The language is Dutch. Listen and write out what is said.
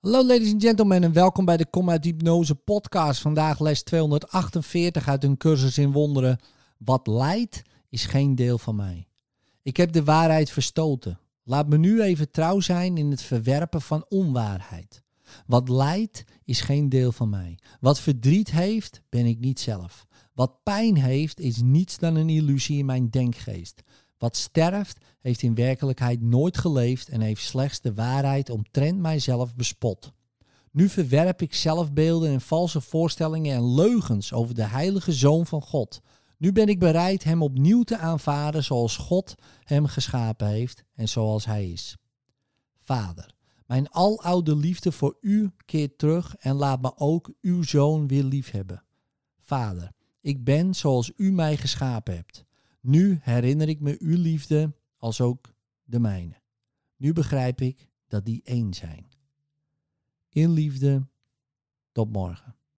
Hallo ladies and gentlemen en welkom bij de Kom uit Hypnose podcast. Vandaag les 248 uit een cursus in wonderen. Wat lijdt is geen deel van mij. Ik heb de waarheid verstoten. Laat me nu even trouw zijn in het verwerpen van onwaarheid. Wat lijdt is geen deel van mij. Wat verdriet heeft, ben ik niet zelf. Wat pijn heeft, is niets dan een illusie in mijn denkgeest. Wat sterft, heeft in werkelijkheid nooit geleefd en heeft slechts de waarheid omtrent mijzelf bespot. Nu verwerp ik zelfbeelden en valse voorstellingen en leugens over de heilige Zoon van God. Nu ben ik bereid hem opnieuw te aanvaarden zoals God hem geschapen heeft en zoals hij is. Vader, mijn aloude liefde voor u keert terug en laat me ook uw Zoon weer liefhebben. Vader, ik ben zoals u mij geschapen hebt. Nu herinner ik me uw liefde als ook de mijne. Nu begrijp ik dat die één zijn. In liefde, tot morgen.